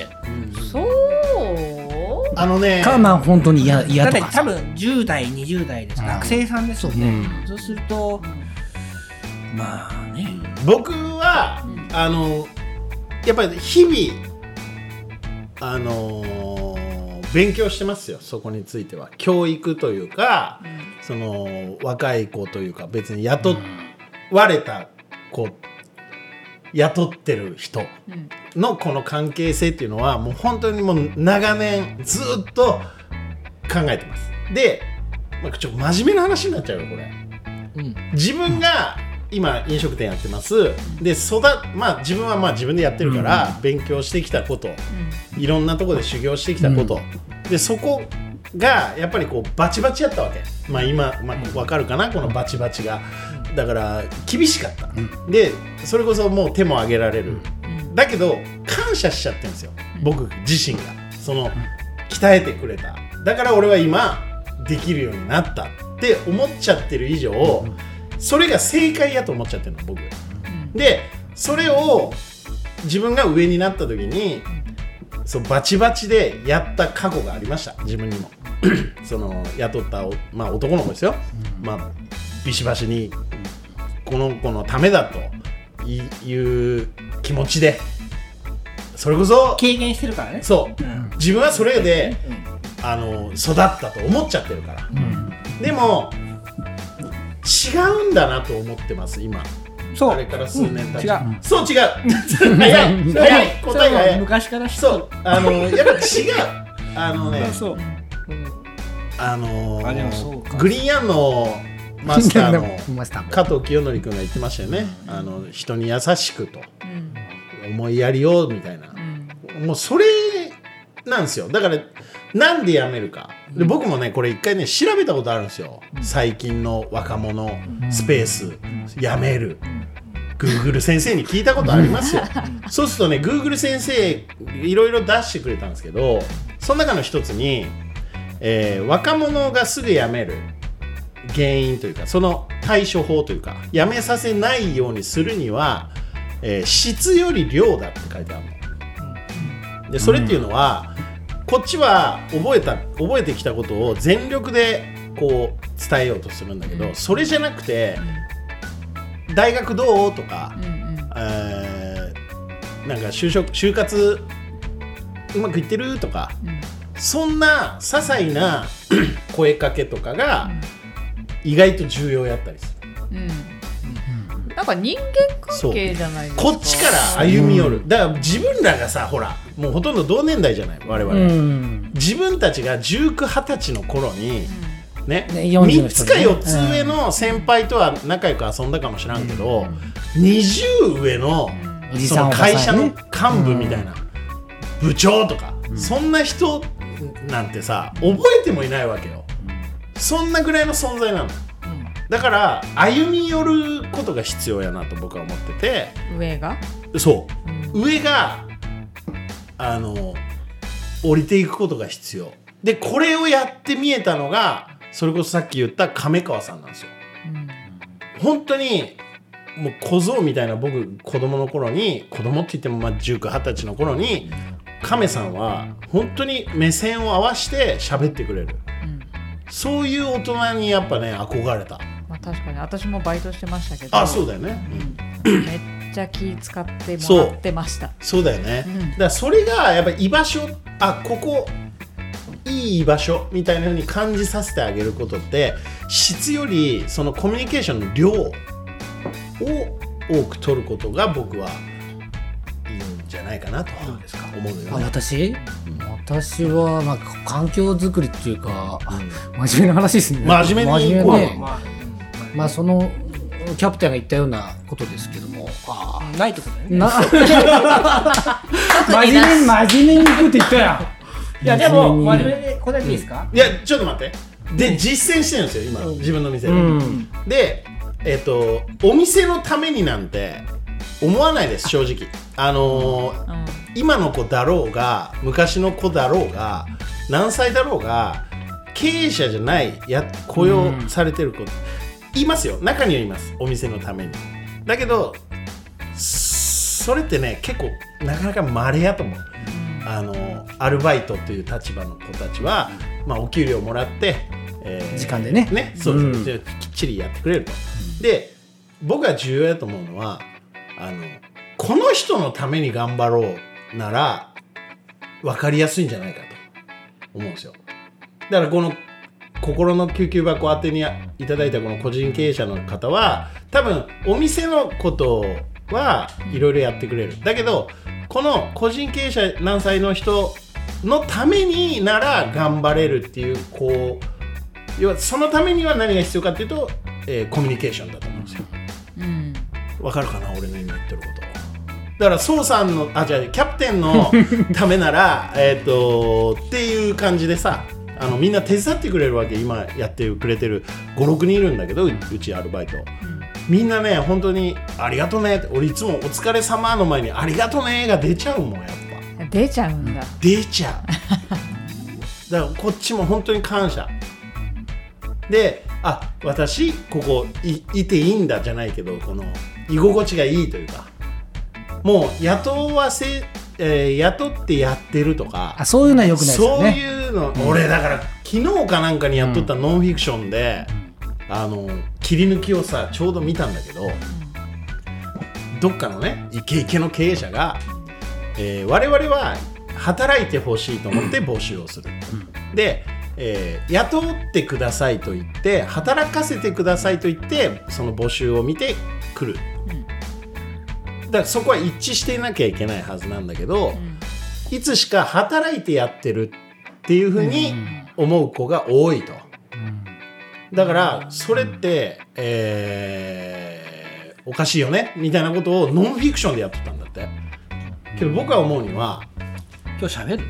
うん、そうあのねか、まあ本当に嫌とか。 だって多分じゅう代にじゅう代です、学生さんですよね、うん、そうするとまあね、 僕は、うん、あのやっぱり日々あのー、勉強してますよ。そこについては教育というか、うん、その若い子というか、別に雇われた子、雇ってる人のこの関係性っていうのはもう本当にもう長年ずっと考えてます。で、まあ、ちょっと真面目な話になっちゃうよこれ、うん、自分が今飲食店やってます。で育、まあ、自分はまあ自分でやってるから勉強してきたこと、うん、いろんなところで修行してきたこと、うん、でそこがやっぱりこうバチバチやったわけ。まあ今、まあ、分かるかな、このバチバチが。だから厳しかった、うん、でそれこそもう手も挙げられる、うん、だけど感謝しちゃってるんですよ、うん、僕自身がその鍛えてくれた。だから俺は今できるようになったって思っちゃってる以上、うんそれが正解やと思っちゃってるの僕、うん、でそれを自分が上になった時にそうバチバチでやった過去がありました。自分にもその雇った、まあ、男の子ですよ、うんまあ、ビシバシにこの子のためだという気持ちで、それこそ経験してるからね。 そう、うん、自分はそれで、うん、あの育ったと思っちゃってるから、うん、でも違うんだなと思ってます今。 そうあれから数年経ち、 うん、違うそう違う早い早い答えが早い。 昔からそうあのやっぱ違うあのねそう、うん、 あのー、あでもそうかグリーンヤンのマスターの加藤清則君が言ってましたよね、うん、あの人に優しくと、うん、思いやりよみたいな、うん、もうそれなんですよ。だからなんで辞めるかで、僕もねこれ一回ね調べたことあるんですよ、うん、最近の若者スペース辞める Google 先生に聞いたことありますよそうするとね Google 先生いろいろ出してくれたんですけど、その中の一つに、えー、若者がすぐ辞める原因というかその対処法というか辞めさせないようにするには、えー、質より量だって書いてあるので、それっていうのは、うん、こっちは覚えた覚えてきたことを全力でこう伝えようとするんだけど、それじゃなくて大学どうとか、うんうんえー、なんか就職就活うまくいってるとか、うん、そんな些細な声かけとかが意外と重要やったりする、うんうん、なんか人間関係じゃないですか。 こっちから歩み寄る、だから自分らがさほらもうほとんど同年代じゃない我々、うん、自分たちがじゅうきゅう、はたちの頃に、 ねねよんじゅうの人ねみっつかよっつ上の先輩とは仲良く遊んだかもしれんけど、にじゅう上のおじそのさんおばさんね会社の幹部みたいな、部長とか、そんな人なんてさ覚えてもいないわけよ。そんなぐらいの存在なの。だから歩み寄ることが必要やなと僕は思ってて、 上がそう、上があの降りていくことが必要で、これをやって見えたのがそれこそさっき言った亀川さんなんですよ、うん、本当にもう小僧みたいな、僕子供の頃に、子供って言ってもまあじゅうきゅう、はたちの頃に亀さんは本当に目線を合わせて喋ってくれる、うん、そういう大人にやっぱね憧れた。 まあ、確かに私もバイトしてましたけど、 あ、そうだよね、 うん、めっちゃ気使ってもらってました。 そう、そうだよね、うん、だからそれがやっぱり居場所、あ、ここいい居場所みたいな風に感じさせてあげることって、質よりそのコミュニケーションの量を多く取ることが僕はいいんじゃないかなと思うよね。 あ、私、うん、私はなんか環境づくりっていうか、うん、真面目な話ですね。 真面目に真面目ね、まあ、まあそのキャプテンが言ったようなことですけども、ああないってことね。 な真面目に真面目に行くって言ったやん。 いやでも真面目で答えていいですか、 うん、いやちょっと待って、で実践してるんですよ今、うん、自分の店で、うん、でえっとお店のためになんて思わないです、正直。あのーうん、今の子だろうが昔の子だろうが何歳だろうが経営者じゃないや雇用されてる子、うん、いますよ、中にはいます、お店のために。だけどそれってね結構なかなか稀やと思う。あのアルバイトという立場の子たちは、まあ、お給料もらって、えー、 時間でねね、そう、うん、きっちりやってくれると、うん、で僕が重要だと思うのは、あのこの人のために頑張ろうなら分かりやすいんじゃないかと思うんですよ。だからこの心の救急箱宛てにいただいたこの個人経営者の方は多分お店のことはいろいろやってくれる。だけどこの個人経営者何歳の人のためになら頑張れるっていう、こう要はそのためには何が必要かっていうと、えー、コミュニケーションだと思うんですよ。わ、うん、かるかな俺の今言ってること。だから宋さんのあじゃあキャプテンのためならえっとっていう感じでさ、あのみんな手伝ってくれるわけ。今やってくれてるご、ろくにんいるんだけど う, うちアルバイト、うん、みんなね本当にありがとねって、俺いつもお疲れ様の前にありがとねが出ちゃうもん。やっぱ出ちゃうんだ、 出ちゃうだからこっちも本当に感謝で、あ私ここ い, いていいんだじゃないけど、この居心地がいいというか、もう雇わせ、えー、雇ってやってるとか、 あそういうのはよくないですよね。 そういうの、うん、俺だから昨日かなんかにやっとったノンフィクションで、うん、あの切り抜きをさちょうど見たんだけど、うん、どっかのねイケイケの経営者が、えー、我々は働いてほしいと思って募集をする、うん、で、えー、雇ってくださいと言って働かせてくださいと言ってその募集を見てくる、だからそこは一致していなきゃいけないはずなんだけど、うん、いつしか働いてやってるっていうふうに思う子が多いと、うん、だからそれって、えー、おかしいよねみたいなことをノンフィクションでやってたんだって。けど僕は思うには今日喋るね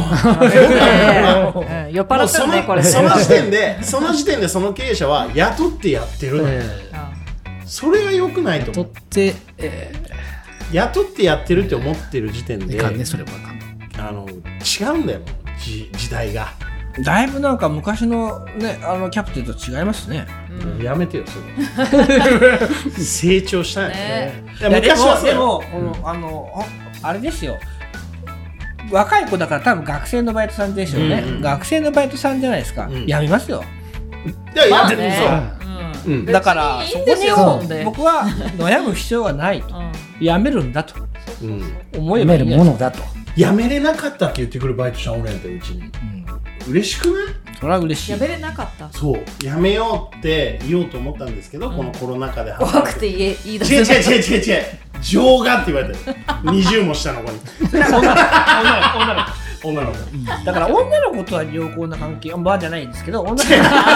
酔っ払ってるねこれ。 その時点でその時点でその経営者は雇ってやってるの、えー、それが良くないと思う。 雇って、えー、雇ってやってるって思ってる時点でいかんね、それはあかんあの違うんだよ時, 時代がだいぶなんか昔のねあのキャプテンと違いますね、 うん、やめてよそれ成長したいね。 いや昔はでもでも、うん、あのあれですよ、若い子だから多分学生のバイトさんでしょうね、うんうん、学生のバイトさんじゃないですか、うん、やめますよ。 いややってる、 そう、うん、だからそこに僕は悩む必要はないと、うん、やめるんだと、うん、思えばいいやめるものだと。 やめれなかったって言ってくるバイトさんおれんってうちに、うん、嬉しくない？ それは嬉しい。 やめれなかった。 そうやめようって言おうと思ったんですけど、うん、このコロナ禍で怖くて言え言い出せない。違う違う違う違う違う情がって言われてるにじゅうも下の子に女の子女の子女の子だから女の子とは良好な関係バーじゃないですけど女の子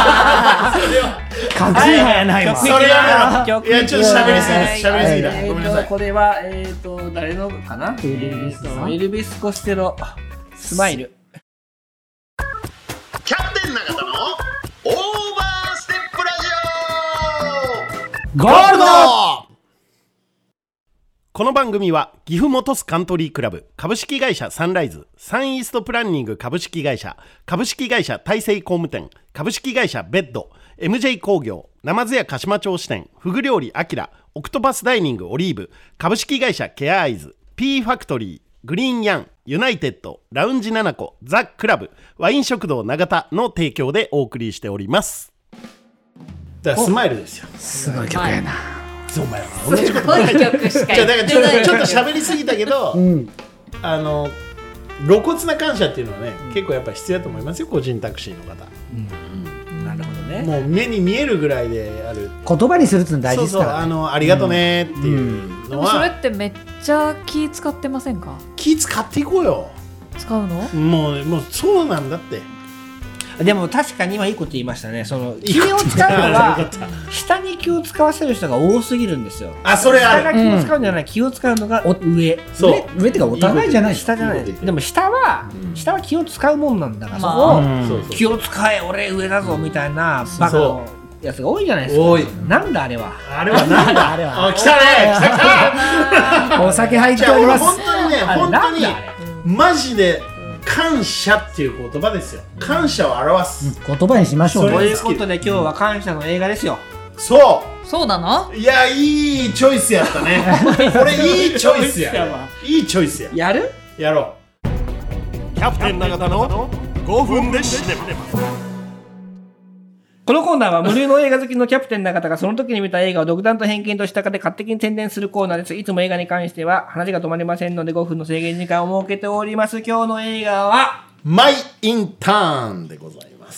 確信やないわ。 それやめろ。いやちょっと喋りすぎです喋りすぎだ、 えー、 ごめんなさい。 これはえっ、ー、と誰のかな、 エルビスさんエルビス・コステロスマイル。 キャプテン永田のオーバーステップラジオゴールド。この番組は岐阜本巣カントリークラブ株式会社サンライズ、サンイーストプランニング株式会社、株式会社大成工務店、株式会社ベッド、 エムジェイ 工業、鯰屋鹿島町支店、フグ料理アキラ、オクトパスダイニングオリーブ、株式会社ケアアイズ、 P ファクトリー、グリーンヤン、ユナイテッド、ラウンジナナコ、ザ・クラブ、ワイン食堂永田の提供でお送りしております。だからスマイルですよ。 すごい曲やな。 お前はすごい曲しか言ってない。 ちょっとちょっと喋りすぎたけど、 うん、 あの露骨な感謝っていうのはね、うん、結構やっぱ必要だと思いますよ、個人タクシーの方、 うんうん、なるほどね。 もう目に見えるぐらいである言葉にするっていうの大事ですから、ね、 そうそう、あのありがとねっていうのは、 でもそれってめっちゃ気使ってませんか？ 気使っていこうよ。 使うの？ もうもうそうなんだって。 でも確かに今いいこと言いましたね。その気を使うのは下に気を使わせる人が多すぎるんですよ。 あ、それある。 下が気を使うんじゃない、うん、気を使うのが上。 そう上、上ってかお互いじゃない。 下じゃない。でも下は、うん、下は気を使うもんなんだから、まあ、そこを、うん、気を使え俺上だぞみたいなバカのやつが多いじゃないですか。 多い。 なんだあれは。 あれはなんだあれは。来たね来た来た。 お酒入っております。 本当にね、本当にマジで。感謝っていう言葉ですよ。感謝を表す、 うん、言葉にしましょう。 ということで今日は感謝の映画ですよ。 そうそうなの？ いや、いいチョイスやったね。これいいチョイスや。いいチョイスや。 やる？ やろう。キャプテン永田のごふんでシネマ。 このコーナーは無料の映画好きのキャプテン永田がその時に見た映画を独断と偏見としたかで勝手に宣伝するコーナーです。いつも映画に関しては話が止まりませんのでごふんの制限時間を設けております。今日の映画はマイ・インターンでございます。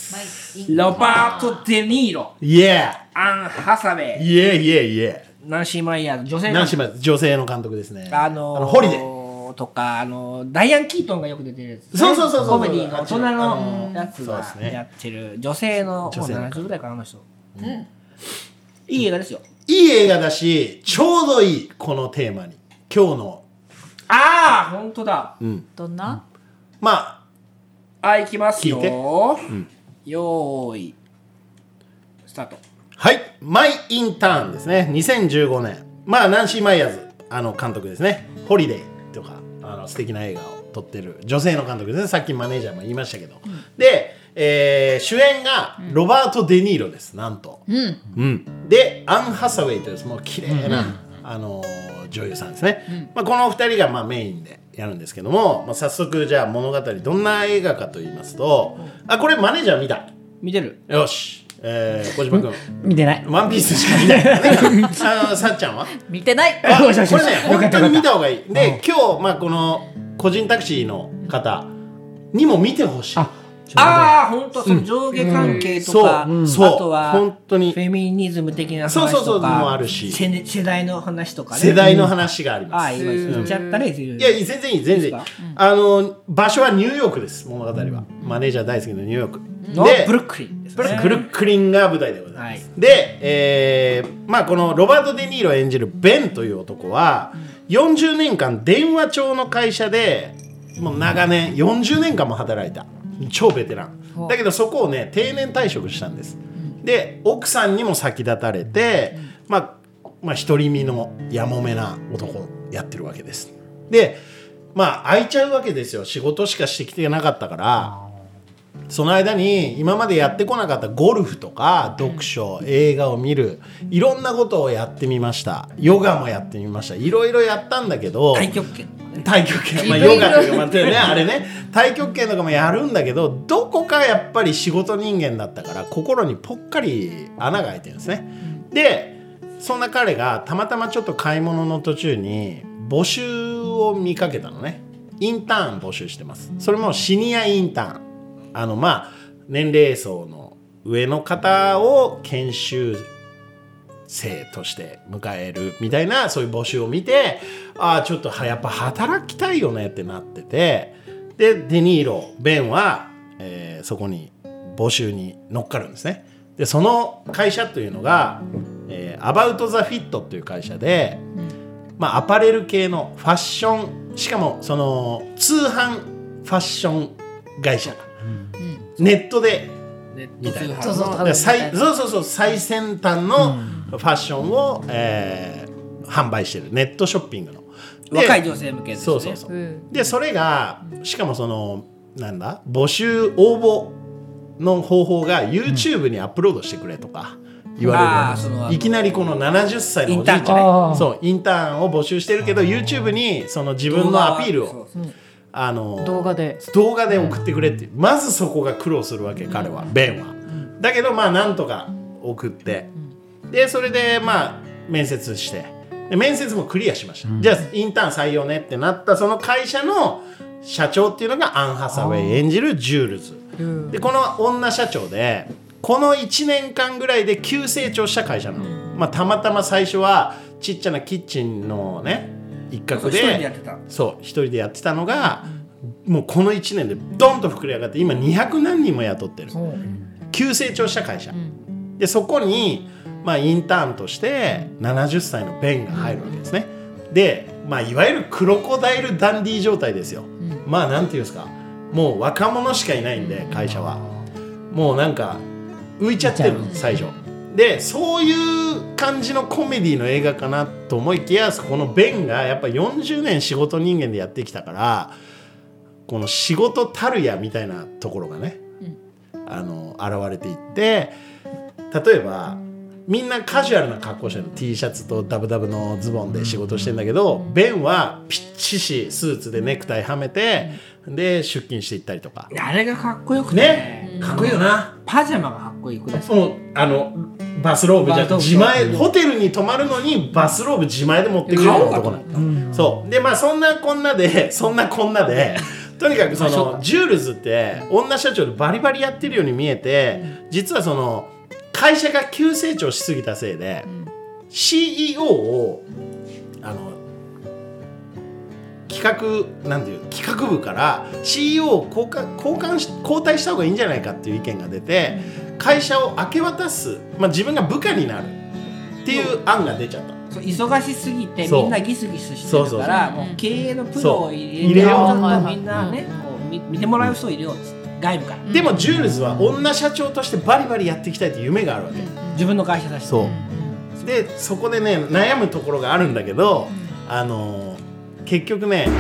ロバート・デ・ニーロ、 イエー、 アン・ハサウェイ、 イエーイエーイエー、ナンシー・マイヤーズ、女性ナンシーマイヤーズ、女性の監督ですね。 あのー、 あのホリデーとか、あのダイアン・キートンがよく出てるやつ、ね、 そうそうそうそう、 コメディの大人のやつがやってる女性のもうななじゅうぐらいかな、あの人、うん、いい映画ですよ。 いい映画だし、ちょうどいい、このテーマに今日の。 ああ本当だ、 うん、 どんな、 まああ、いきますよ、 うん、 よーいスタート。 はい、マイ・インターンですね。にせんじゅうごねん、まあナンシー・マイヤーズ、あの監督ですね。ホリデーとかあの素敵な映画を撮ってる女性の監督ですね。さっきマネージャーも言いましたけど、うん、で、えー、主演がロバート・デ・ニーロです、なんと、 うんうん、でアン・ハサウェイというもう綺麗な、うん、あのー、女優さんですね、うん、まあ、このふたりがまあメインでやるんですけども、まあ、早速じゃあ物語どんな映画かと言いますと、あ、これマネージャー見た？ 見てる。 よし、えー、小島君見てない。 ワンピースしか見ないからね。あのさっちゃんは見てない。 あ、これね本当に見た方がいい。で、今日まあこの個人タクシーの方にも見てほしい。 ああ、本当、その上下関係とか、うん、あとは本当にフェミニズム的な話とか、 そうそうそうもあるし、 世, 世代の話とかね。 世代の話があります。 ああ、今言っちゃったね。 いや、全然いい、全然いい。あの場所はニューヨークです。物語は、うん、マネージャー大好きなニューヨーク。 ので、 ブルックリンですね。 ブルックリンが舞台でございます。はい、で、えー、まあこのロバート・デ・ニーロ演じるベンという男は、よんじゅうねんかん電話帳の会社でもう長年よんじゅうねんかんも働いた超ベテランだけど、そこをね定年退職したんです。で、奥さんにも先立たれて、まあまあ独り身のやもめな男をやってるわけです。で、まあ空いちゃうわけですよ。仕事しかしてきてなかったから、その間に今までやってこなかったゴルフとか読書、映画を見る、いろんなことをやってみました。ヨガもやってみました。いろいろやったんだけど、 太極拳太極拳、まあ、ヨガとかもあってね、あれね、太極拳とかもやるんだけど、どこかやっぱり仕事人間だったから心にぽっかり穴が開いてるんですね。で、そんな彼がたまたまちょっと買い物の途中に募集を見かけたのね。インターン募集してます。それもシニアインターン、あのまあ年齢層の上の方を研修生として迎えるみたいな、そういう募集を見て、ああちょっとやっぱ働きたいよねってなってて、 でデニーロベンは、えー、そこに募集に乗っかるんですね。でその会社というのが、えー、アバウト・ザ・フィットという会社で、まあ、アパレル系のファッション、しかもその通販ファッション会社、うん、ネットでみたいな、そうそうそう最先端のファッションを、えー、販売してるネットショッピングの若い女性向けですね。 そうそうそう、うん、でそれがしかもそのなんだ募集応募の方法が YouTube にアップロードしてくれとか言われる、うん、いきなりこのななじゅっさいのおじいちゃん、そうインターンを募集してるけど YouTube にその自分のアピールをあの動画で動画で送ってくれっていう、まずそこが苦労するわけ、彼はベンは、だけどまあなんとか送って、でそれでまあ面接してで面接もクリアしました、うん、じゃあインターン採用ねってなったその会社の社長っていうのがアン・ハサウェイ演じるジュールズ、うん、でこの女社長でこのいちねんかんぐらいで急成長した会社なの、まあ、たまたま最初はちっちゃなキッチンのね一角で一人でやってた、 そう一人でやってたのが、うん、もうこのいちねんでドンと膨れ上がって今にひゃくなんにんも雇ってる、うん、急成長した会社、うん、でそこにまあ、インターンとしてななじゅっさいのベンが入るわけですね。で、まあ、いわゆるクロコダイルダンディー状態ですよ、うん、まあなんていうんですか、もう若者しかいないんで会社はもうなんか浮いちゃってる最初で、そういう感じのコメディの映画かなと思いきや、このベンがやっぱよんじゅうねん仕事人間でやってきたから、この仕事たるやみたいなところがね、うん、あの現れていって、例えばみんなカジュアルな格好してるの、 T シャツとダブダブのズボンで仕事してんだけど、ベンはピッチシスーツでネクタイはめて、で出勤していったりとか、 あれがかっこよくてね、かっこいいよな。 パジャマがかっこいいくらい、 もうあのバスローブじゃ自前、ホテルに泊まるのにバスローブ自前で持ってくるような男なの、うん、そうで、まあそんなこんなでそんなこんなでとにかくそのジュールズって女社長でバリバリやってるように見えて、実はその会社が急成長しすぎたせいで、うん、シーイーオー をあの企画なんていう企画部から シーイーオー を交換交換し交代した方がいいんじゃないかっていう意見が出て、会社を明け渡す、まあ、自分が部下になるっていう案が出ちゃった。 そう忙しすぎてみんなギスギスしてるから、もう経営のプロを入れよう、 みんなね、こう 見, 見てもらう人を入れようっつって。外部から。 でもジュールズは女社長としてバリバリやっていきたいっていう夢があるわけ、うん、 自分の会社だし、 そう、でそこでね悩むところがあるんだけど、うん、あの結局ね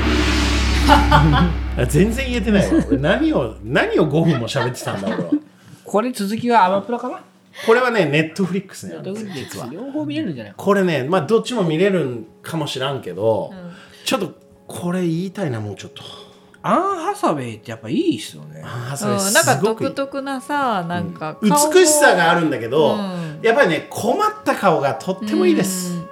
全然言えてないわ俺何を何をごふんも喋ってたんだ俺は。 これ続きはアマプラかな。 これはねネットフリックスね、実は両方見れるんじゃないか。 これね、まあどっちも見れるんかもしらんけど、うん、ちょっとこれ言いたいな、もうちょっと。 アン・ハサウェイってやっぱいいっすよね。 アン・ハサウェイすごくいい、うん、なんか独特なさ、なんか、 うん、美しさがあるんだけど、うん、やっぱりね困った顔がとってもいいです、うん、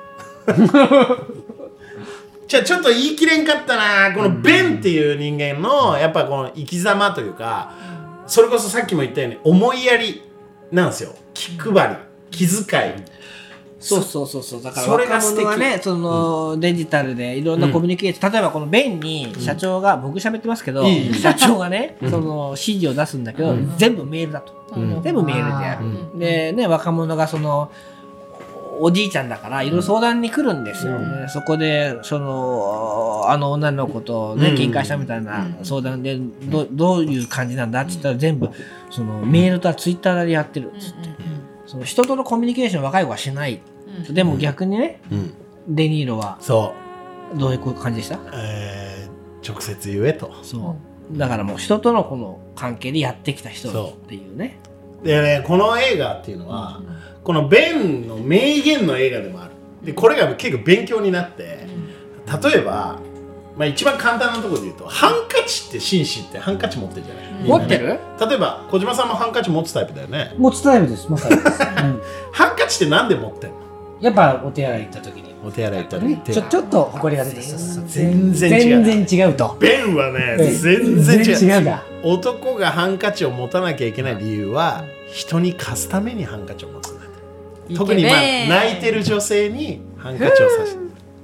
じゃあちょっと言い切れんかったな、このベンっていう人間のやっぱこの生き様というか、それこそさっきも言ったように思いやりなんですよ。気配り、気遣い、 そうそうそうそう、だから若者がね、その、うん、デジタルでいろんなコミュニケーション、うん、例えばこのベンに社長が、うん、僕喋ってますけど、うん、社長がね、うん、その指示を出すんだけど、うん、全部メールだと、うん、全部メールでやる、うん、でね、若者がそのおじいちゃんだからいろいろ相談に来るんですよ、うん、そこでそのあの女の子とね、うん、喧嘩したみたいな相談で ど, どういう感じなんだって言ったら全部そのメールとツイッターでやってるっつって、その人とのコミュニケーション若い子はしない、うん、でも逆にね、うん、デニーロはそうどういう感じでした、 えー、直接言えと。 そうだからもう人とのこの関係でやってきた人っていうね。 でね、この映画っていうのは、うん、このベンの名言の映画でもある。でこれが結構勉強になって、例えば、まあ、一番簡単なところで言うと、ハンカチって紳士ってハンカチ持ってるじゃない、 うん、持ってる。 例えば小島さんもハンカチ持つタイプだよね。 持つタイプです、持つタイプです、うん、 ハンカチってなんで持ってんの？ やっぱお手洗い行った時にお手洗い行った時にちょ, ちょっと埃が出てきた。 全然違う全然違うと。 ベンはね、全然違う。 違うんだ。 男がハンカチを持たなきゃいけない理由は、人に貸すためにハンカチを持つんだ。特に、まあ、泣いてる女性にハンカチを差し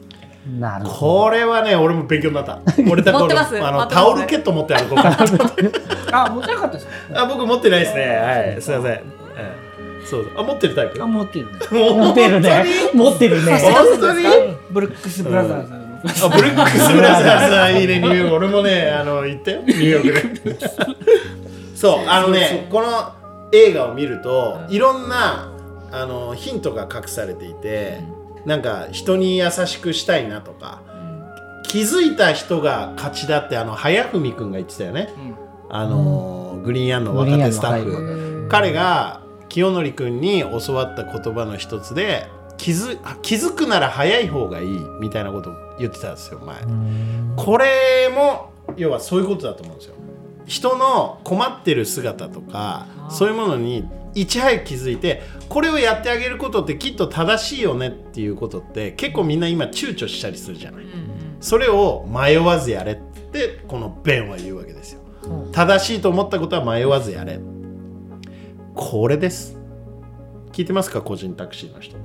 なるほど。 これはね俺も勉強になった。俺だ持ってますあの持ってますタオルケット持って歩こうかなと思ってあ、持ってなかったですか。 あ僕持ってないですね。はいすいません、はい、そうあ持ってるタイプあ、持ってるね。 持ってるね。持ってるね。 本当にブルックスブラザーズ。 あブルックスブラザーズはいいねニューヨーク俺もねあの行ったよニューヨークでそうあのねこの映画を見るといろんなあのヒントが隠されていてなんか人に優しくしたいなとか気づいた人が勝ちだってあの早文くんが言ってたよね、うん、あのグリーンアンの若手スタッフ彼が清則くんに教わった言葉の一つで気づ、気づくなら早い方がいいみたいなことを言ってたんですよ前。これも要はそういうことだと思うんですよ。人の困ってる姿とかそういうものにいち早く気づいてこれをやってあげることってきっと正しいよねっていうことって結構みんな今躊躇したりするじゃない、うんうん、それを迷わずやれってこのベンは言うわけですよ、うん、正しいと思ったことは迷わずやれこれです。聞いてますか個人タクシーの人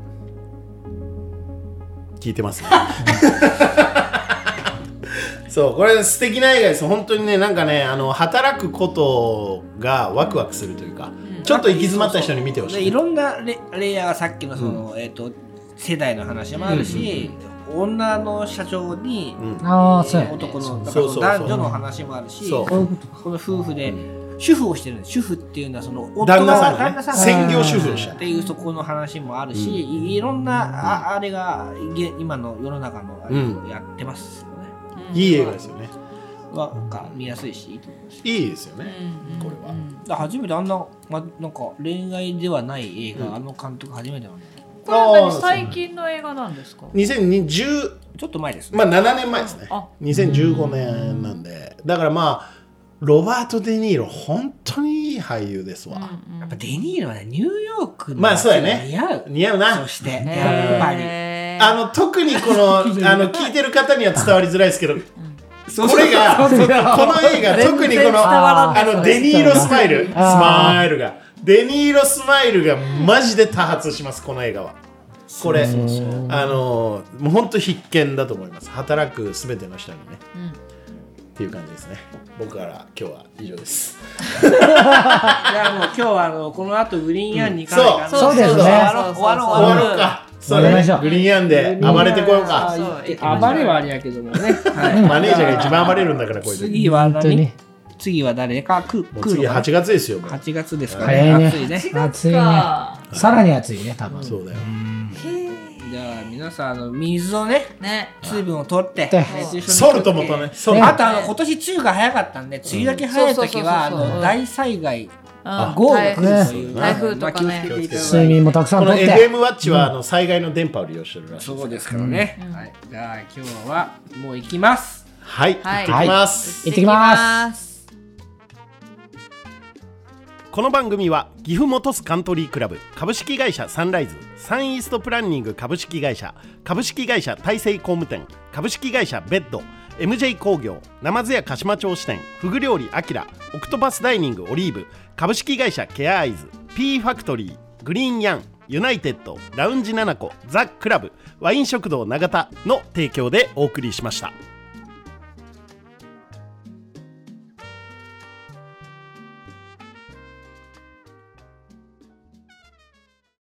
聞いてますねそうこれ素敵な映画です本当にねなんかねあの働くことがワクワクするというか、うん、ちょっと行き詰まった人に見てほしい、ね、 いろんな レ, レイヤーがさっきのその、うんえー、と世代の話もあるし、うんうんうん、女の社長に、うんあそうやね、男のだから男女の話もあるしそうそうこの夫婦で、うん主婦をしてるんです。主婦っていうのはその夫旦那さん、ね、旦那さん専業主婦をしたっていうそこの話もあるし、うん、いろんな あ, あれが今の世の中のあれをやってますよね、 うん、いい映画ですよね。 は見やすいしいいと思います。 いいですよね、うん、これは、 うん、初めてあんな、ま、なんか恋愛ではない映画、うん、あの監督初めてなんだ。 これは最近の映画なんですか。 にせんにじゅうちょっと前ですね。 まあななねんまえですね。にせんじゅうごねんなんでだからまあロバート・デ・ニーロ本当にいい俳優ですわ、 うんうん、やっぱデ・ニーロはねニューヨークのまあそうやね似合う似合うな。 そしてやっぱりあの特にこのあの聞いてる方には伝わりづらいですけど、うん、これがこの映画特にこのあのデ・ニーロスマイルスマイルがデ・ニーロスマイルがマジで多発しますこの映画は。これそうそうそうあのもう本当必見だと思います。働くすべての人にね、うんっていう感じですね。僕から今日は以上です。 いやもう今日はあのこの後グリーンアンに行かないから、 うん、そうですね。 終わろう終わろう終わろうか。そうね。グリーンアンで暴れてこようか。 暴れはあれやけどもね。はい、 マネージャーが一番暴れるんだからこういう時。 次は何？次は誰か来るのかな。 次はちがつですよ。 はちがつですかね。暑いね。 暑いね。さらに暑いね多分。 そうだよ。 じゃあ皆さんあの水をね、ね水分を取ってソルトもとね。 あとあの今年梅雨が早かったんで梅雨だけ早い時はあの大災害豪雨が来るという台風とかね睡眠もたくさんとってこの エフエム ワッチはあの災害の電波を利用してるらしいそうですからね。じゃあ今日はもう行きます。 はい行ってきます行ってきます。 この番組は岐阜本巣カントリークラブ株式会社サンライズサンイーストプランニング株式会社株式会社大成工務店株式会社ベッド エムジェイ 工業生津屋鹿島町支店フグ料理アキラオクトパスダイニングオリーブ株式会社ケアアイズ P ファクトリーグリーンヤンユナイテッドラウンジナナコザ・クラブワイン食堂永田の提供でお送りしました。